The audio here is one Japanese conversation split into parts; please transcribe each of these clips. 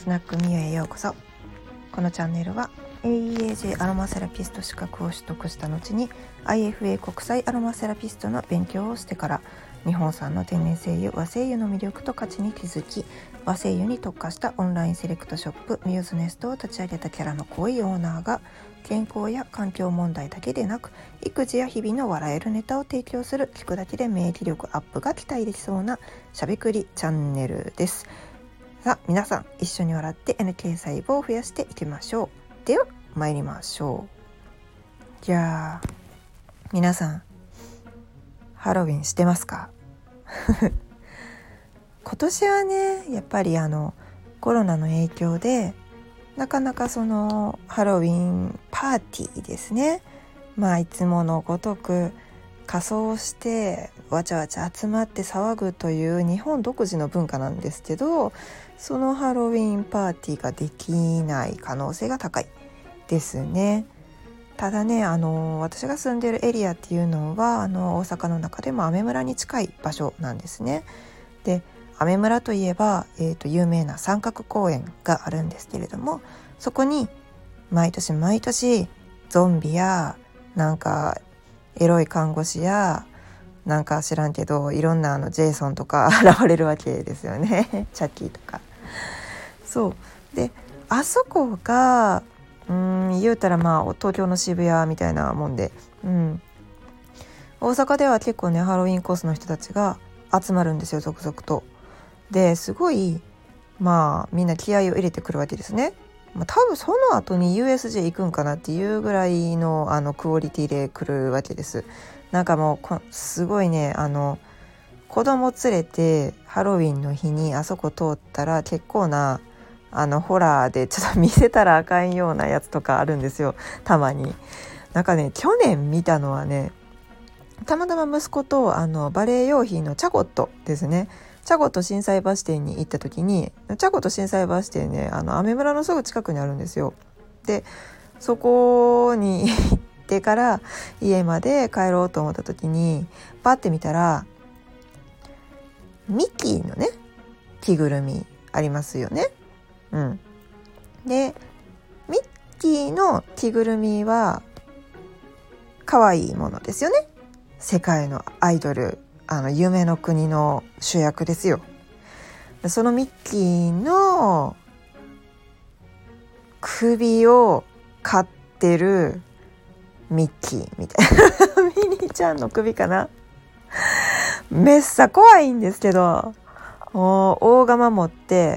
スナックミュへようこそ。このチャンネルは AEAJ アロマセラピスト資格を取得した後に IFA 国際アロマセラピストの勉強をしてから日本産の天然精油和精油の魅力と価値に気づき、和精油に特化したオンラインセレクトショップミューズネストを立ち上げたキャラの濃いオーナーが、健康や環境問題だけでなく育児や日々の笑えるネタを提供する、聞くだけで免疫力アップが期待できそうなしゃべくりチャンネルです。さあ皆さん、一緒に笑って NK 細胞を増やしていきましょう。では参りましょう。じゃあ皆さん、ハロウィンしてますか？今年はね、やっぱりコロナの影響でなかなかそのハロウィンパーティーですね、いつものごとく仮装してわちゃわちゃ集まって騒ぐという日本独自の文化なんですけど、そのハロウィンパーティーができない可能性が高いですね。ただね、私が住んでるエリアっていうのは大阪の中でも雨村に近い場所なんですね。で、雨村といえば、有名な三角公園があるんですけれども、そこに毎年毎年ゾンビやなんかエロい看護師やなんか知らんけどいろんなジェイソンとか現れるわけですよね。チャッキーとか。そうで、あそこが言うたら東京の渋谷みたいなもんで、大阪では結構ねハロウィンコースの人たちが集まるんですよ、続々と。ですごいみんな気合を入れてくるわけですね。多分その後に USJ 行くんかなっていうぐらいのクオリティで来るわけです。なんかもうすごいね、子供連れてハロウィンの日にあそこ通ったら結構なホラーでちょっと見せたらあかんようなやつとかあるんですよ、たまに。なんかね、去年見たのはね、たまたま息子とバレエ用品のチャコットですね、チャコット心斎橋店に行った時に、チャコット心斎橋店ね、雨村のすぐ近くにあるんですよ。で、そこに行ってから家まで帰ろうと思った時にパッて見たらミッキーのね着ぐるみありますよね。で、ミッキーの着ぐるみは可愛いものですよね。世界のアイドル、夢の国の主役ですよ。そのミッキーの首を飼ってるミッキーみたいなミニーちゃんの首かな。めっさ怖いんですけど、大釜持って、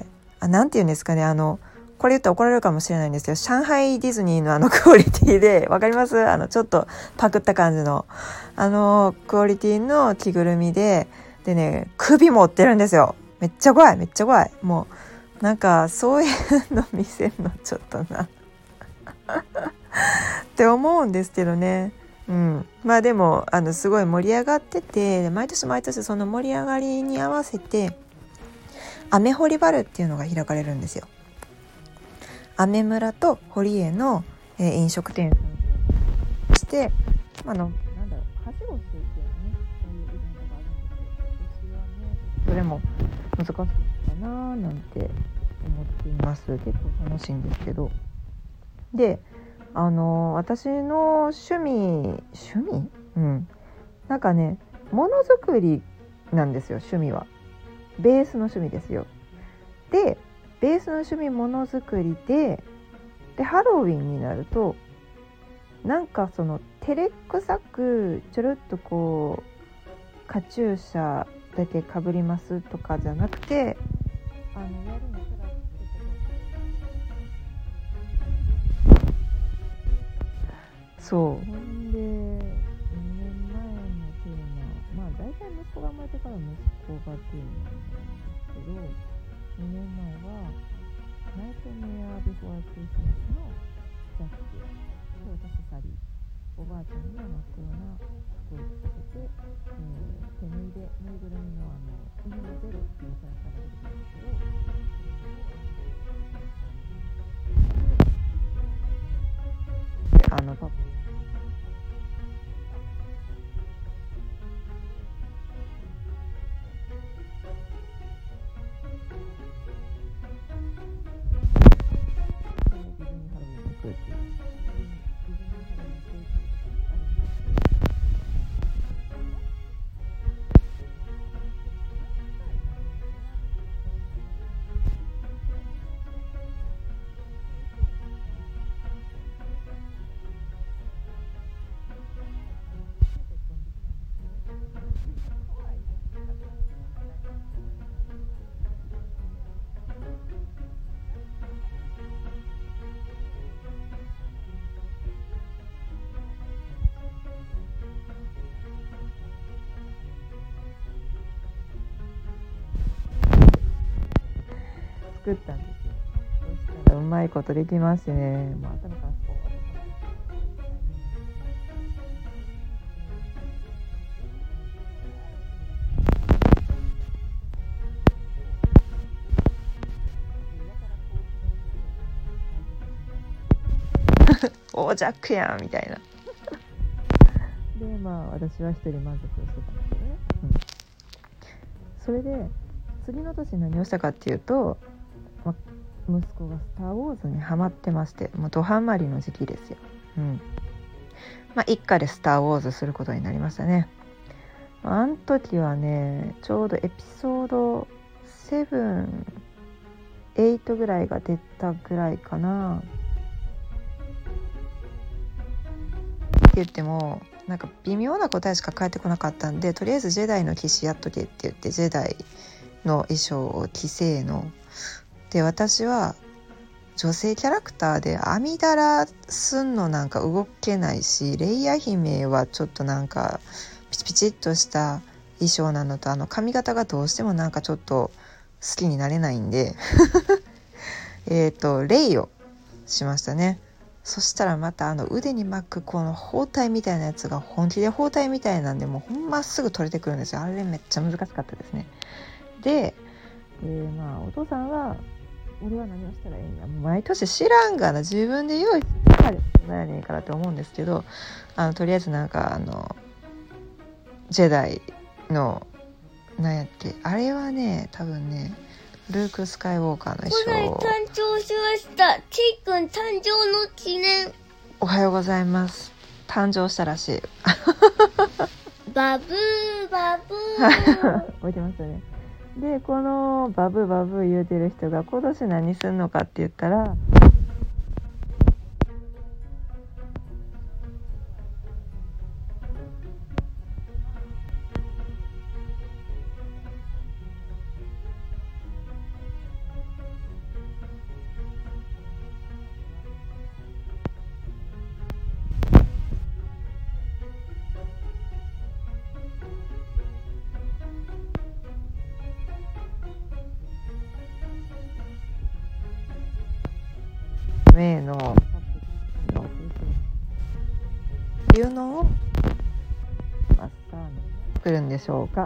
なんて言うんですかね、これ言ったら怒られるかもしれないんですけど、上海ディズニーのクオリティで、わかります？ちょっとパクった感じのクオリティの着ぐるみでね、首持ってるんですよ。めっちゃ怖い、めっちゃ怖い。もうなんかそういうの見せるのちょっとなって思うんですけどね。でもすごい盛り上がってて、毎年毎年その盛り上がりに合わせてアメホリバルっていうのが開かれるんですよ。雨村と堀江の、飲食店して、はしごするっていうね、そういうイベントがあるんですけど、私はねそれも難しいかななんて思っています。結構楽しいんですけど。で、私の趣味、なんかね、ものづくりなんですよ。趣味はベースの趣味ですよ。で、ベースの趣味ものづくりでハロウィンになるとなんかその照れくさくちょろっとこうカチューシャだけかぶりますとかじゃなくて、やるのただそうほんで2年前のテーマ、大体息子が生まれてから息子がテーマなんですけど、2年前はナイトメアビフォークリスマスのジャックで、私サリー、おばあちゃんには真っ黒な服を着させて、手縫いでぬいぐるみのインゼロっていうキャラクターが出てくるんですけど、パパ作ったんですよ。そしたらうまいことできましてね、もう頭からスポーッとオージャックやんみたいなでまあ私は一人満足してたんですよね、それで次の年何をしたかっていうと、息子がスター・ウォーズにハマってまして、もうドハマりの時期ですよ、一家でスター・ウォーズすることになりましたね。あの時はねちょうどエピソード7、8ぐらいが出たぐらいかなって言ってもなんか微妙な答えしか返ってこなかったんで、とりあえずジェダイの騎士やっとけって言ってジェダイの衣装を着せーので、私は女性キャラクターで網だらすんのなんか動けないし、レイヤ姫はちょっとなんかピチピチっとした衣装なのと髪型がどうしてもなんかちょっと好きになれないんでレイをしましたね。そしたらまた腕に巻くこの包帯みたいなやつが本気で包帯みたいなんで、もうほんますぐ取れてくるんですよ。あれめっちゃ難しかったですね。で、お父さんは俺は何をしたらいいんや、毎年知らんがな、自分で用意してから何やねんからと思うんですけど、とりあえずなんかジェダイの何やっけ、あれはね多分ねルーク・スカイウォーカーの衣装を。 誕生しました。ちーくん誕生の記念。 おはようございます。誕生したらしいバブーバブー覚えてますよね。でこのバブバブ言うてる人が今年何すんのかって言ったら、名のいうのをマスターの作るんでしょうか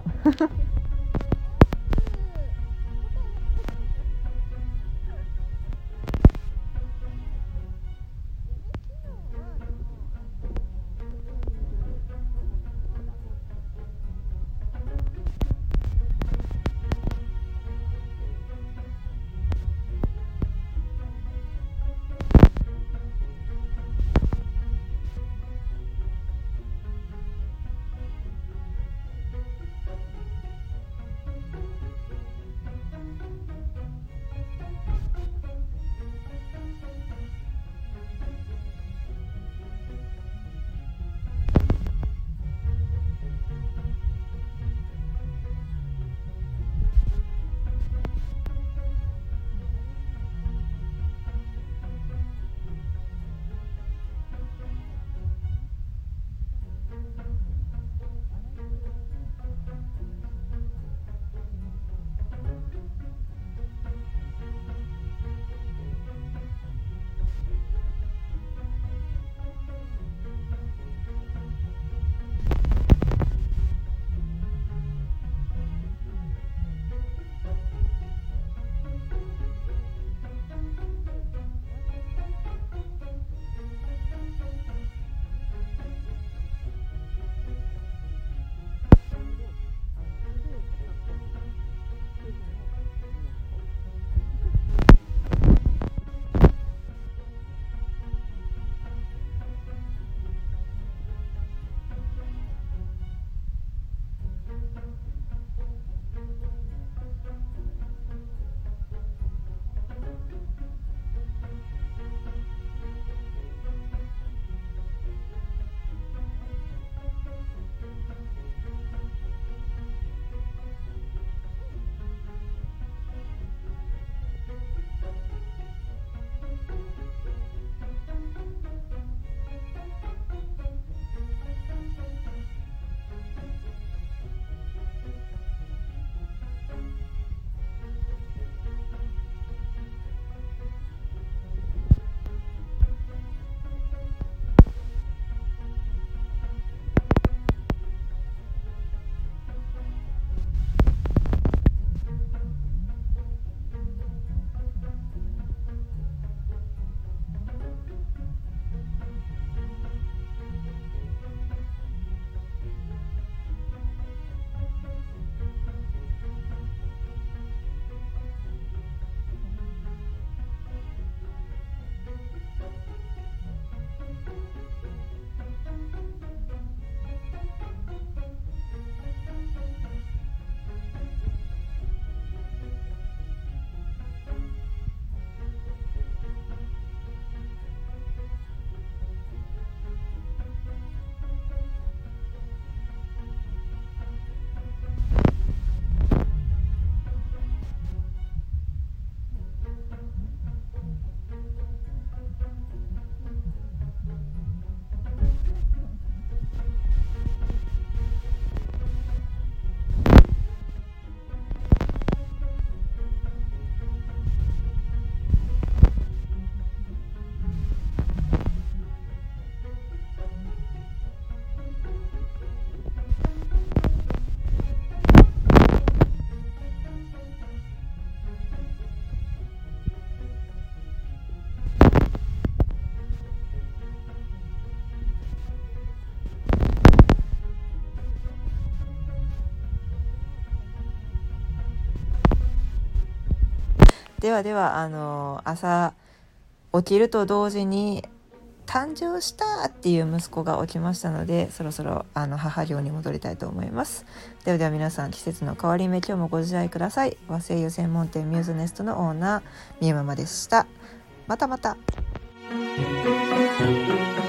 ではでは朝起きると同時に誕生したっていう息子が起きましたので、そろそろ母寮に戻りたいと思います。ではでは皆さん、季節の変わり目、今日もご自愛ください。和製油専門店ミューズネストのオーナーみゆママでした。またまた。